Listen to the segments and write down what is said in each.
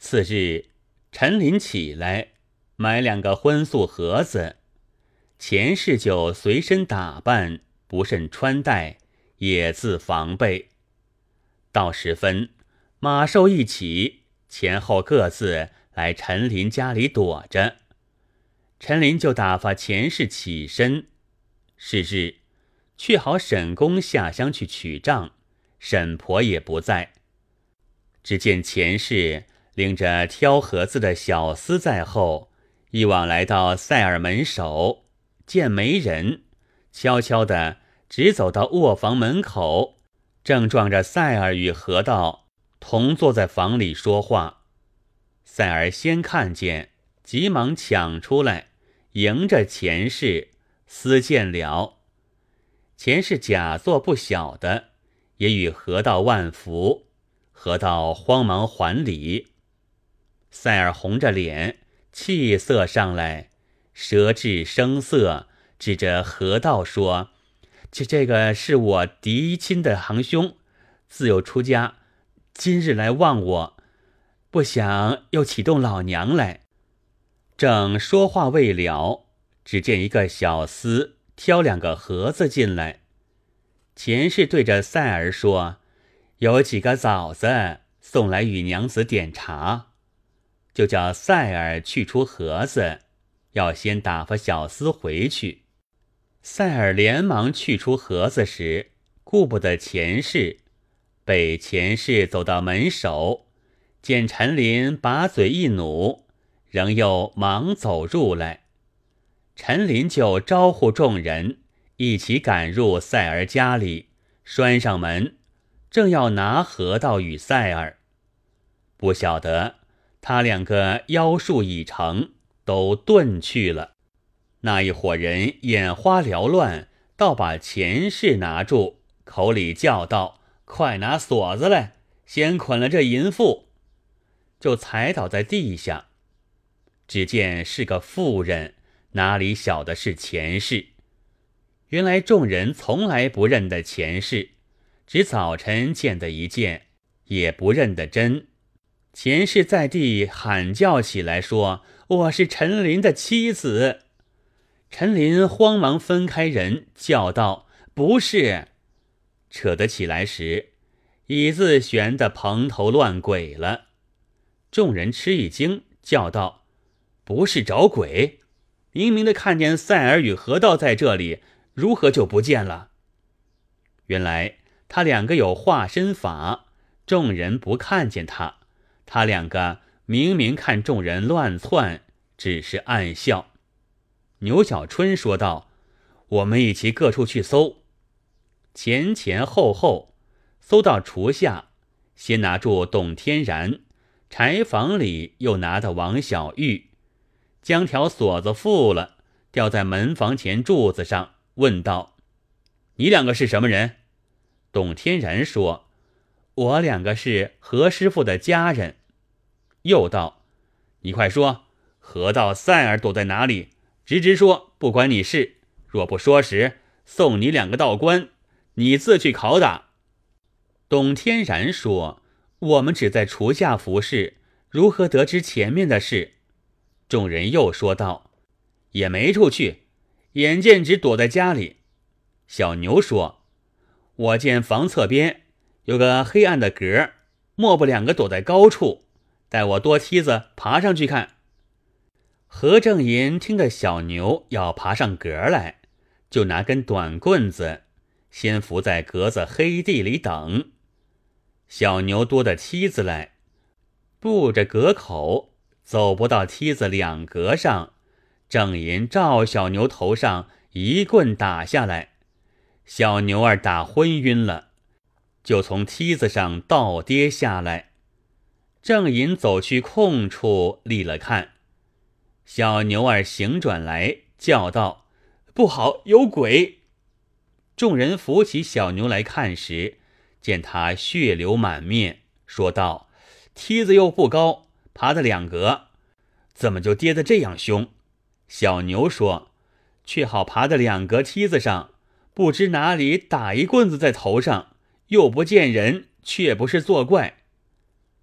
次日，陈琳起来买2个荤素盒子，钱氏就随身打扮，不甚穿戴，也自防备。到时分，马寿一起，前后各自来陈琳家里躲着。陈琳就打发钱氏起身。是日，却好沈公下乡去取账，沈婆也不在。只见钱氏领着挑盒子的小厮在后，一往来到塞尔门首，见没人，悄悄地直走到卧房门口，正撞着塞尔与河道同坐在房里说话。塞尔先看见，急忙抢出来，迎着钱氏私见了。钱氏假作不晓得，也与河道万福。河道慌忙还礼。塞尔红着脸，气色上来，舌质声色，指着河道说：这个是我嫡亲的堂兄，自幼出家，今日来望我，不想又启动老娘来。正说话未了，只见一个小厮挑2个盒子进来。钱氏对着塞儿说：有几个枣子送来与娘子点茶，就叫塞儿去出盒子，要先打发小厮回去。塞尔连忙去出盒子时，顾不得钱氏，被钱氏走到门首，见陈琳把嘴一努，仍又忙走入来。陈琳就招呼众人一起赶入塞儿家里，拴上门，正要拿河道与塞儿。不晓得他2个妖术已成，都遁去了。那一伙人眼花缭乱，倒把钱氏拿住，口里叫道：快拿锁子来，先捆了这淫妇。就踩倒在地下。只见是个妇人，哪里晓得是钱氏？原来众人从来不认得钱氏，只早晨见得一见，也不认得真。钱氏在地喊叫起来说：我是陈琳的妻子。陈琳慌忙分开人，叫道：不是。扯得起来时，椅子悬得蓬头乱鬼了。众人吃一惊，叫道：不是找鬼？明明的看见塞尔与河道在这里，如何就不见了？原来他2个有化身法，众人不看见他，他2个明明看众人乱窜，只是暗笑。牛小春说道：我们一起各处去搜。前前后后搜到厨下，先拿住董天然，柴房里又拿的王小玉，将条锁子缚了，吊在门房前柱子上，问道：你2个是什么人？董天然说：我2个是何师傅的家人。又道：你快说，河道塞尔躲在哪里？直说，不管你事，若不说时，送你2个道官，你自去拷打。董天然说：我们只在厨下服侍，如何得知前面的事？众人又说道：也没处去，眼见只躲在家里。小牛说：我见房侧边有个黑暗的格，莫不2个躲在高处，待我多梯子爬上去看。何正银听得小牛要爬上格来，就拿根短棍子先伏在格子黑地里等。小牛多的梯子来，步着格口，走不到梯子2格上，正银照小牛头上一棍打下来，小牛儿打昏晕了，就从梯子上倒跌下来。正银走去空处立了看，小牛儿醒转来，叫道：不好，有鬼！众人扶起小牛来看时，见他血流满面，说道：梯子又不高，爬得2格，怎么就跌得这样凶？小牛说：却好爬得2格梯子上，不知哪里打一棍子在头上，又不见人，却不是作怪。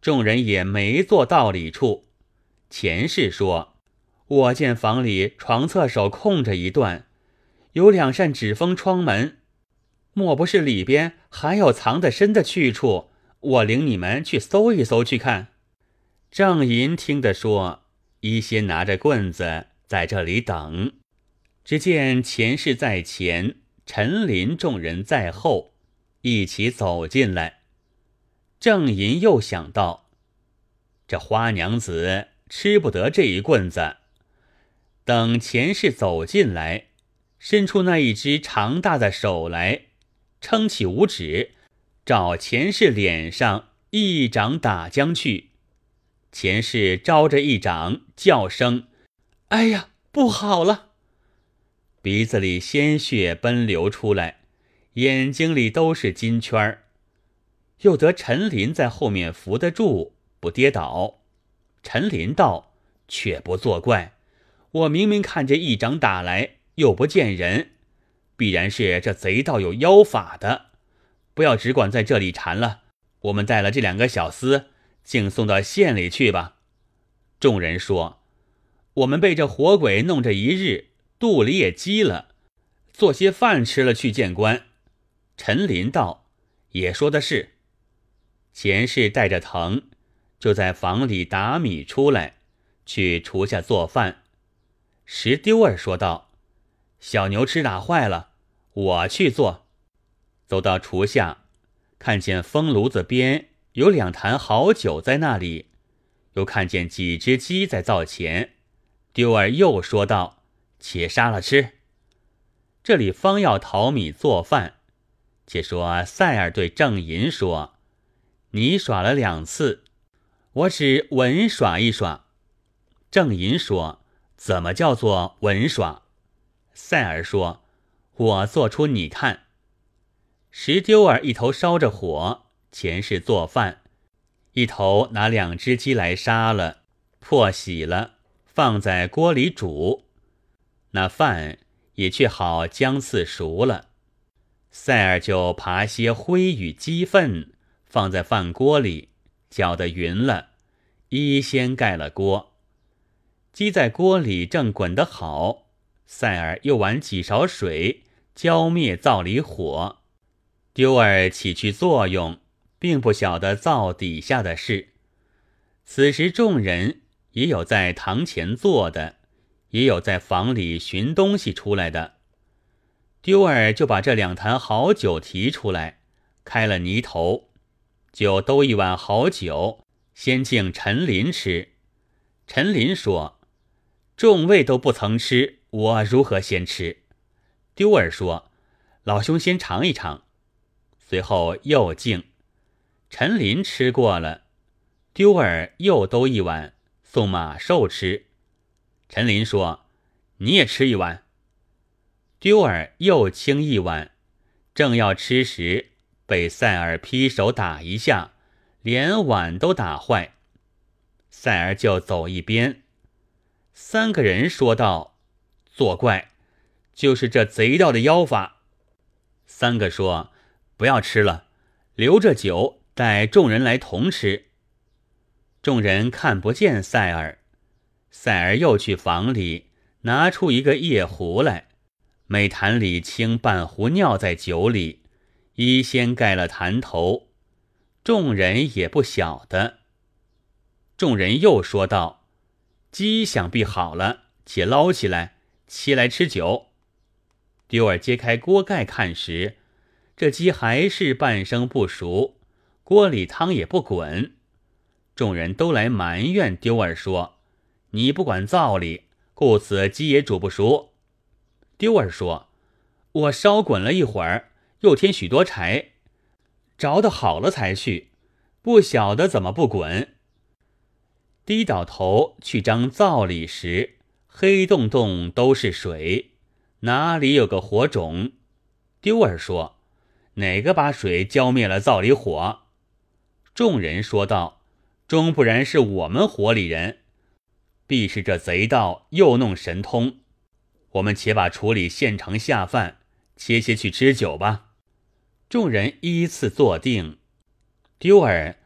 众人也没坐道理处。钱氏说：“我见房里床侧手空着一段，有2扇纸封窗门，莫不是里边还有藏得深的去处？我领你们去搜一搜去看。”郑银听得说，一先拿着棍子在这里等。只见钱氏在前，陈琳众人在后，一起走进来。郑银又想到，这花娘子吃不得这一棍子。等钱氏走进来，伸出那一只长大的手来，撑起五指，照钱氏脸上一掌打将去。钱氏招着一掌，叫声：“哎呀，不好了！”鼻子里鲜血奔流出来，眼睛里都是金圈儿。又得陈琳在后面扶得住，不跌倒。陈琳道：“却不作怪，我明明看见一掌打来，又不见人，必然是这贼盗有妖法的。不要只管在这里缠了，我们带了这2个小厮，竟送到县里去吧。”众人说：“我们被这活鬼弄着一日，肚里也饥了，做些饭吃了去见官。”陈琳道：“也说的是。”钱氏带着藤，就在房里打米出来，去厨下做饭。石丢儿说道：“小牛吃打坏了，我去做。”走到厨下，看见风炉子边有2坛好酒在那里，又看见几只鸡在灶前。丢儿又说道：“且杀了吃。”这里方要淘米做饭，且说赛儿对郑银说：“你耍了2次，我只文耍一耍。”郑银说：“怎么叫做文耍？”赛儿说：“我做出你看。”石丢儿一头烧着火，钱氏做饭，一头拿2只鸡来杀了，破洗了，放在锅里煮。那饭也却好将次熟了。赛儿就扒些灰与鸡粪放在饭锅里，搅得匀了，一先盖了锅。鸡在锅里正滚得好，赛儿又挽几勺水浇灭灶里火。丢儿起去作用，并不晓得灶底下的事。此时众人也有在堂前坐的，也有在房里寻东西出来的。丢儿就把这2坛好酒提出来，开了泥头，就兜一碗好酒，先敬陈琳吃。陈琳说：“众位都不曾吃，我如何先吃？”丢儿说：“老兄先尝一尝。”随后又敬。陈琳吃过了，丢儿又兜一碗送马寿吃。陈琳说：“你也吃一碗。”丢儿又倾一碗，正要吃时，被赛儿劈手打一下，连碗都打坏。赛儿就走一边。3个人说道：“作怪，就是这贼盗的妖法。”3个说：“不要吃了，留着酒，待众人来同吃。”众人看不见赛儿，赛儿又去房里拿出一个夜壶来，每坛里倾半壶尿在酒里，一先盖了坛头。众人也不晓得。众人又说道：“鸡想必好了，且捞起来，起来吃酒。”丢儿揭开锅盖看时，这鸡还是半生不熟，锅里汤也不滚。众人都来埋怨丢儿说：“你不管灶里，故此鸡也煮不熟。”丢儿说：“我烧滚了一会儿，又添许多柴，着得好了才去，不晓得怎么不滚。”低倒头去张灶里时，黑洞洞都是水，哪里有个火种？丢儿说：“哪个把水浇灭了灶里火？”众人说道：“终不然是我们火里人，必是这贼盗又弄神通。我们且把处理现成下饭，歇歇去吃酒吧。”众人依次坐定。丢儿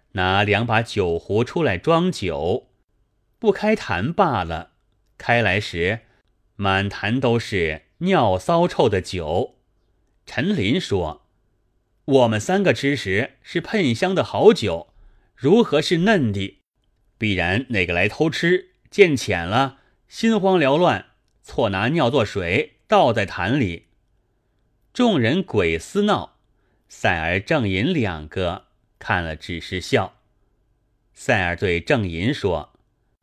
拿2把酒壶出来装酒，不开坛罢了，开来时满坛都是尿骚臭的酒。陈琳说：我们3个吃时是喷香的好酒，如何是嫩的？必然哪个来偷吃，见浅了，心慌缭乱，错拿尿做水倒在坛里。众人鬼思闹，赛儿、郑银2个看了只是笑。赛儿对郑银说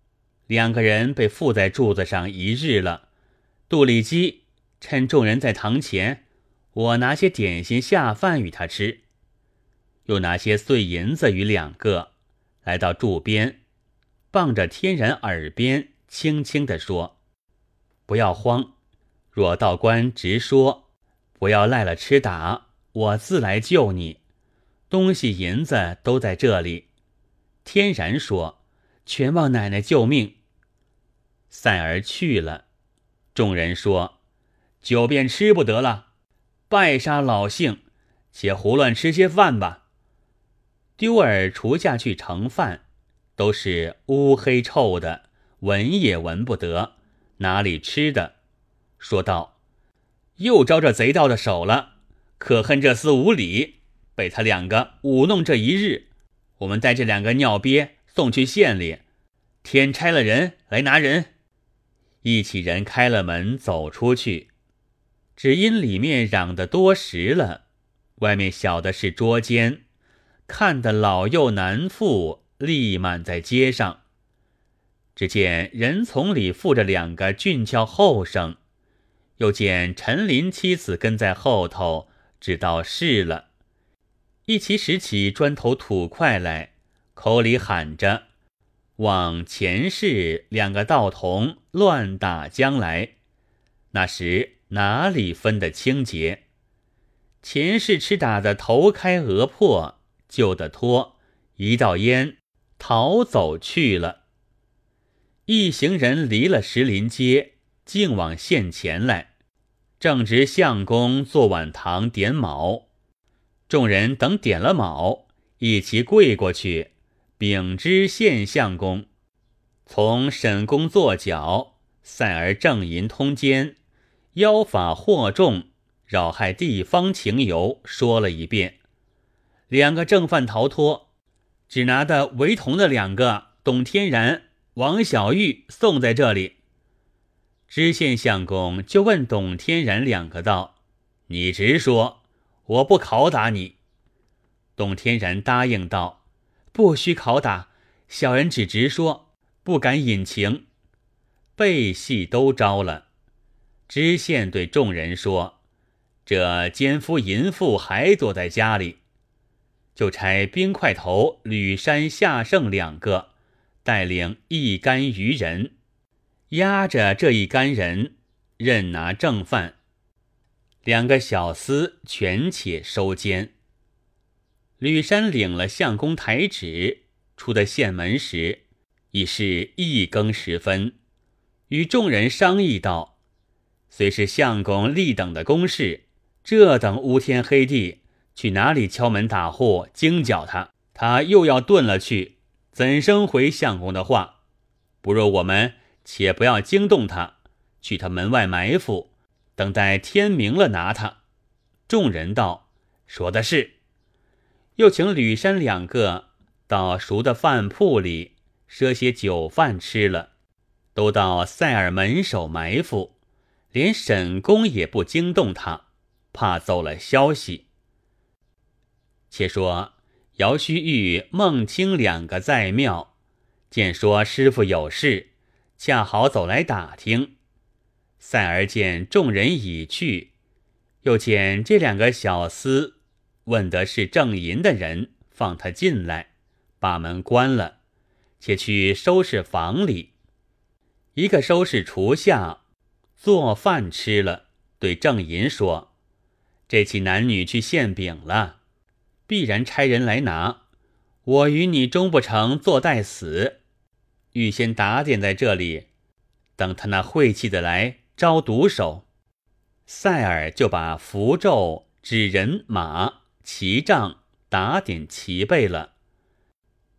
：2个人被缚在柱子上1日了，杜里基趁众人在堂前，我拿些点心下饭与他吃，又拿些碎银子与2个，来到柱边，傍着天然耳边轻轻地说：不要慌，若道官直说，不要赖了吃打，我自来救你，东西银子都在这里。天然说：全望奶奶救命。赛儿去了，众人说：酒便吃不得了，拜杀老姓，且胡乱吃些饭吧。丢儿厨下去盛饭，都是乌黑臭的，闻也闻不得，哪里吃的？说道：又招这贼盗的手了，可恨这厮无礼，被他2个舞弄这1日。我们带这2个尿鳖送去县里，天差了人来拿人。一起人开了门走出去，只因里面嚷得多时了，外面小的是捉奸，看得老幼男妇立满在街上。只见人丛里附着2个俊俏后生，又见陈琳妻子跟在后头，知道是了。一起拾起砖头土块来，口里喊着，往前世2个道童乱打将来。那时哪里分得清节？前世吃打的头开额破，就得脱，一道烟逃走去了。一行人离了石林街，径往县前来，正值相公做晚堂点卯。众人等点了卯，一齐跪过去，禀知县相公。从沈公坐脚，赛儿、郑银通奸，妖法惑众，扰害地方情由，说了一遍。2个正犯逃脱，只拿的为同的2个董天然、王小玉送在这里。知县相公就问董天然2个道：你直说，我不拷打你。董天然答应道：不须拷打，小人只直说，不敢隐情。背戏都招了。知县对众人说：这奸夫淫妇还躲在家里，就差冰块头吕山、夏胜2个带领1干余人，押着这1干人，任拿正犯。2个小厮全且收监。吕山领了相公台旨，出的县门时，已是1更时分，与众人商议道：虽是相公立等的公事，这等乌天黑地，去哪里敲门打户惊搅他？他又要遁了去，怎生回相公的话？不若我们且不要惊动他，去他门外埋伏，等待天明了拿他。众人道：说的是。又请吕山2个到熟的饭铺里赊些酒饭吃了，都到塞尔门首埋伏，连沈公也不惊动他，怕走了消息。且说姚须玉、孟青2个在庙，见说师傅有事，恰好走来打听。赛儿见众人已去，又见这2个小厮问的是郑银的人，放他进来，把门关了，且去收拾房里。一个收拾厨下，做饭吃了，对郑银说：这起男女去献饼了，必然差人来拿，我与你终不成坐待死，预先打点在这里，等他那晦气的来招毒手。赛尔就把符咒、纸人、马、旗杖打点齐备了。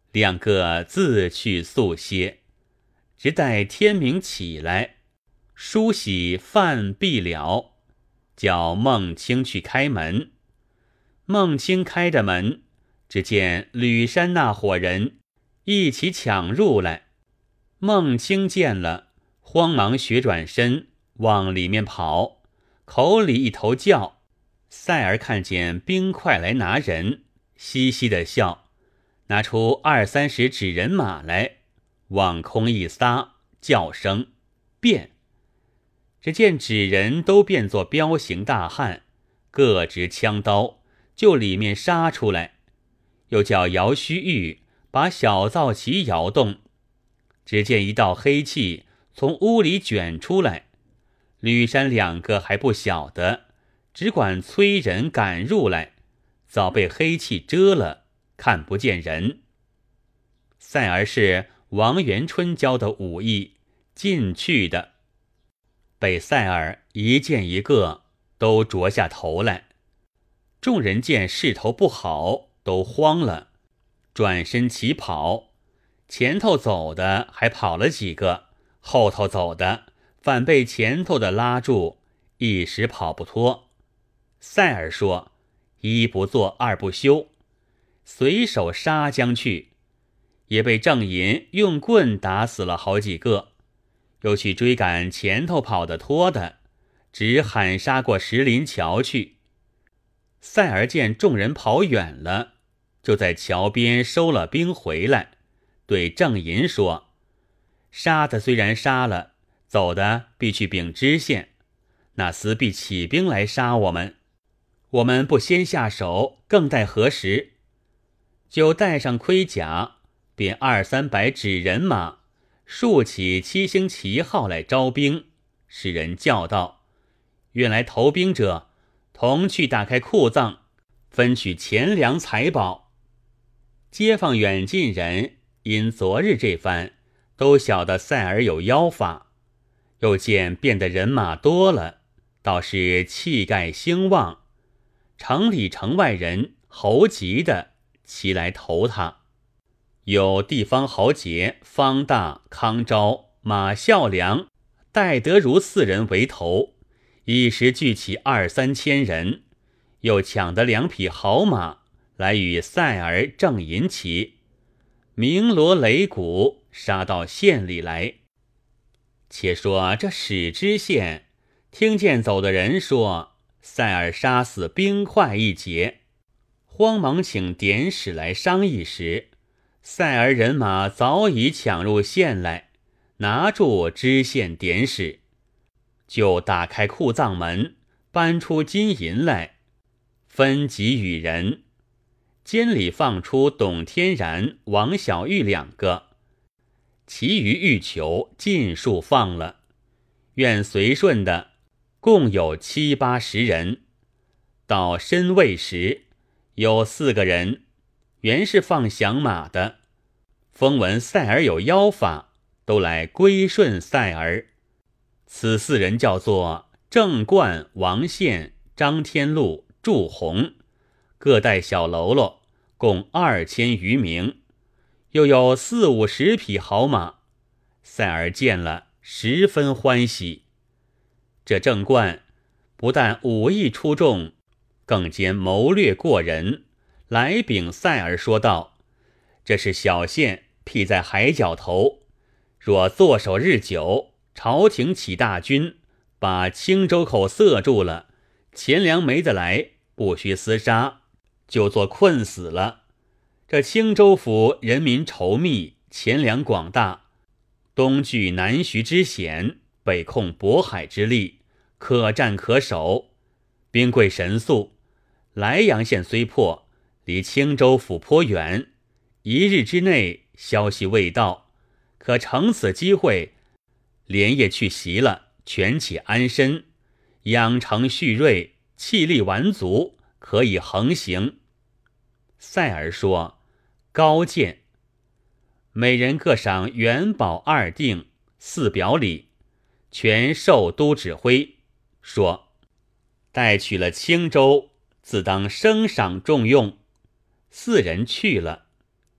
两个自去宿歇，直待天明起来，梳洗饭毕了，叫孟青去开门。孟青开着门，只见吕山那伙人一起抢入来。孟青见了，慌忙旋转身往里面跑，口里一头叫。赛儿看见兵快来拿人，嘻嘻的笑，拿出20-30纸人马来，往空一撒，叫声变。只见纸人都变作彪形大汉，各执枪刀，就里面杀出来。又叫姚须玉把小皂旗摇动，只见一道黑气从屋里卷出来。吕山两个还不晓得，只管催人赶入来，早被黑气遮了，看不见人。赛儿是王元春教的武艺，进去的，被赛儿一见一个都着下头来。众人见势头不好，都慌了，转身起跑。前头走的还跑了几个，后头走的反被前头的拉住，一时跑不脱。赛儿说：一不做二不休，随手杀将去，也被郑银用棍打死了好几个，又去追赶前头跑得脱的，只喊杀过石林桥去。赛儿见众人跑远了，就在桥边收了兵回来，对郑银说：杀的虽然杀了，走的必去秉知县，那厮必起兵来杀我们，我们不先下手，更待何时？就带上盔甲，便200-300纸人马，竖起7星旗号来招兵。使人叫道：愿来投兵者，同去打开库藏，分取钱粮财宝。街坊远近人因昨日这番，都晓得赛儿有妖法，又见变得人马多了，倒是气概兴旺，城里城外人侯籍的齐来投他。有地方豪杰方大、康昭、马孝良、戴德如4人为头，一时聚起2-3千人，又抢得2匹好马来与赛儿郑银齐，鸣锣擂鼓，杀到县里来。且说这史知县听见走的人说赛儿杀死兵快一节，慌忙请典史来商议时，赛儿人马早已抢入县来，拿住知县典史，就打开库藏门，搬出金银来，分给与人。监里放出董天然、王小玉2个，其余欲求尽数放了。愿随顺的共有70-80人。到申未时，有4个人原是放响马的，风闻赛儿有妖法，都来归顺赛儿。此4人叫做郑冠、王宪、张天禄、祝红，各带小喽啰，共2000余名，又有40-50匹好马。赛儿见了，十分欢喜。这郑冠不但武艺出众，更兼谋略过人，来禀赛儿说道：这是小县僻在海角头，若坐守日久，朝廷起大军，把青州口塞住了，钱粮没得来，不须厮杀，就做困死了。这青州府人民稠密，钱粮广大，东据南徐之险，北控渤海之利，可战可守，兵贵神速。莱阳县虽破，离青州府颇远，1日之内消息未到，可乘此机会，连夜去袭了，全且安身，养成蓄锐，气力完足，可以横行。赛儿说：高见。每人各赏元宝2锭，4表里，全授都指挥，说待取了青州，自当升赏重用。4人去了。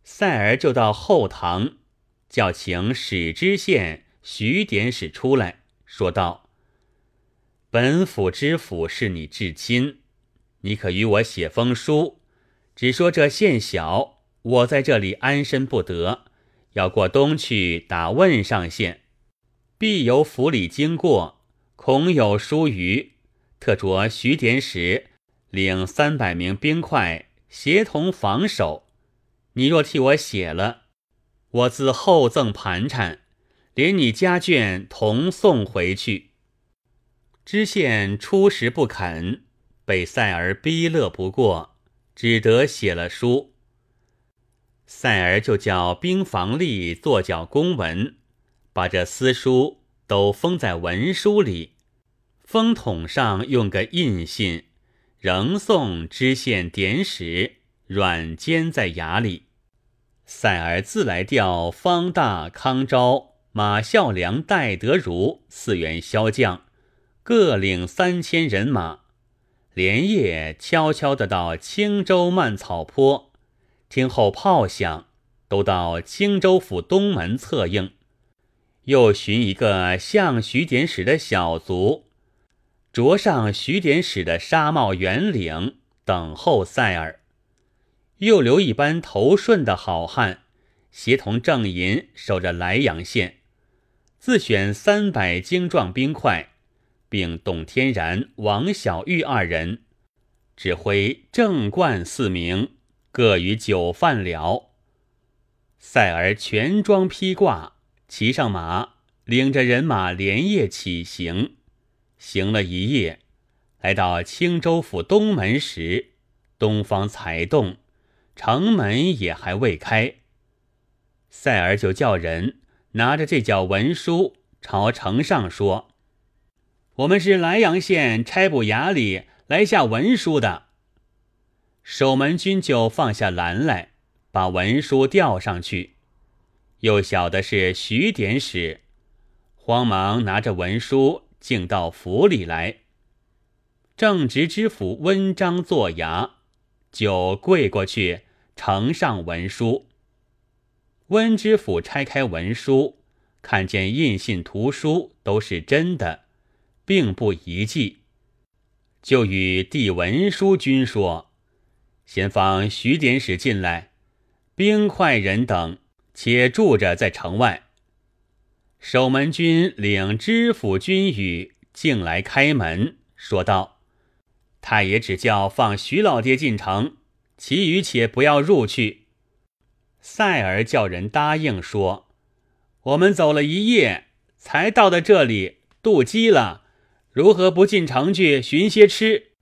赛儿就到后堂，叫请史知县、徐典史出来，说道：本府知府是你至亲，你可与我写封书，只说这县小，我在这里安身不得，要过东去打汶上县，必由府里经过，恐有疏虞，特着徐典史领300名兵快协同防守。你若替我写了，我自厚赠盘缠，连你家眷同送回去。知县初时不肯，被赛儿逼勒不过，只得写了书。赛儿就叫兵房吏做脚公文，把这私书都封在文书里，封筒上用个印信，仍送知县典史，软监在衙里。赛儿自来调方大、康昭、马孝良、戴德如4员骁将，各领3000人马，连夜悄悄地到青州蔓草坡，听后炮响，都到青州府东门策应。又寻一个像徐典史的小卒，着上徐典史的纱帽圆领，等候赛儿。又留一班头顺的好汉，协同郑银守着莱阳县，自选300精壮兵快，并董天然、王小玉2人，指挥郑冠4名，各与酒饭了。赛儿全装披挂，骑上马，领着人马连夜起行。行了一夜，来到青州府东门时，东方才动，城门也还未开。赛儿就叫人拿着这角文书朝城上说：我们是莱阳县差捕衙里来下文书的。守门军就放下篮来，把文书吊上去。又晓得是徐典史，慌忙拿着文书径到府里来。正直知府温章坐衙，就跪过去呈上文书。温知府拆开文书，看见印信图书都是真的，并不疑忌，就与递文书军说：先放徐典史进来，兵快人等且住着在城外。守门军领知府军语进来开门，说道：太爷只叫放徐老爹进城，其余且不要入去。赛儿叫人答应说：我们走了一夜，才到的这里，肚饥了，如何不进城去寻些吃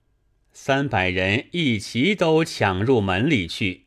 ？300人一齐都抢入门里去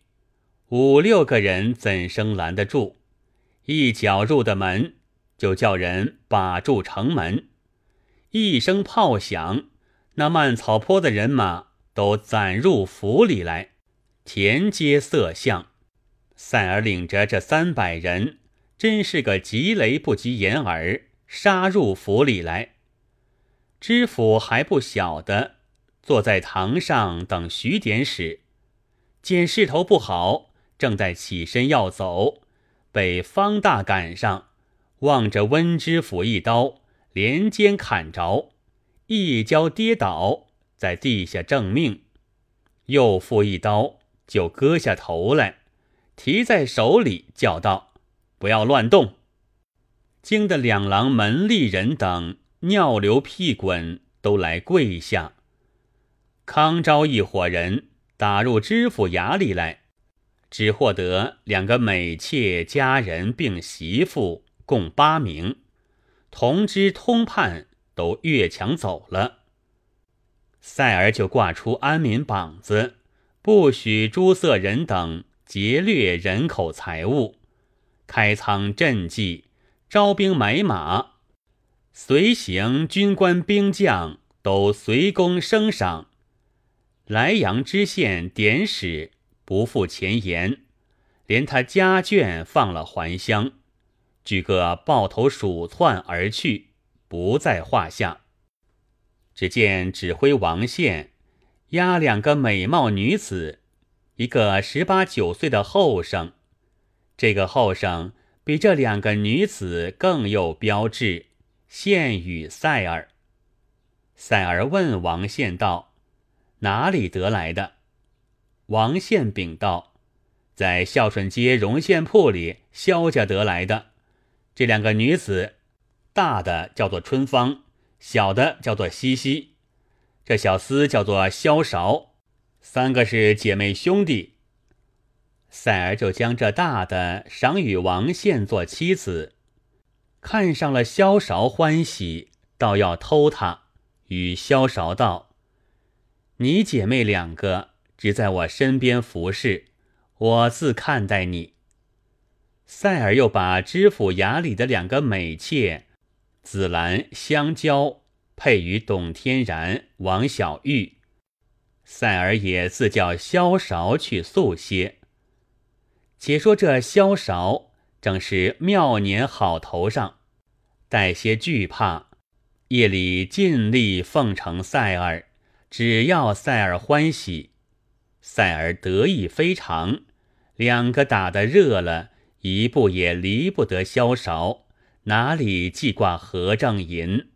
，5、6个人怎生拦得住？一脚入的门，就叫人把住城门。一声炮响，那蔓草坡的人马都攒入府里来，田街色相。赛儿领着这300人，真是个急雷不及掩耳，杀入府里来。知府还不晓得，坐在堂上等徐典史，见势头不好，正在起身要走，被方大赶上，望着温知府一刀连肩砍着，一跤跌倒，在地下正命，又复一刀，就割下头来，提在手里，叫道：不要乱动！惊得2郎门吏人等尿流屁滚，都来跪下。康昭一伙人打入知府衙里来，只获得2个美妾家人并媳妇，共8名，同知通判都越墙走了。赛儿就挂出安民榜子，不许诸色人等劫掠人口财物，开仓赈济，招兵买马，随行军官兵将都随功升赏。莱阳知县典史不负前言，连他家眷放了还乡，俱各抱头鼠窜而去，不在话下。只见指挥王宪押2个美貌女子，一个18、19岁的后生， 这个后生比这2个女子更有标致，献与赛儿。赛儿问王献道：哪里得来的？王献禀道：在孝顺街绒线铺里萧家得来的。这2个女子，大的叫做春芳，小的叫做西西，这小厮叫做萧韶，3个是姐妹兄弟。赛儿就将这大的赏与王献做妻子，看上了萧韶欢喜，倒要偷他，与萧韶道：你姐妹2个只在我身边服侍，我自看待你。赛儿又把知府衙里的2个美妾紫兰、香蕉配与董天然、王小玉，赛儿也自叫萧韶去宿歇。且说这萧韶正是妙年好头上，带些惧怕，夜里尽力奉承赛儿，只要赛儿欢喜。赛儿得意非常，2个打得热了，一步也离不得萧韶，哪里记挂何正银。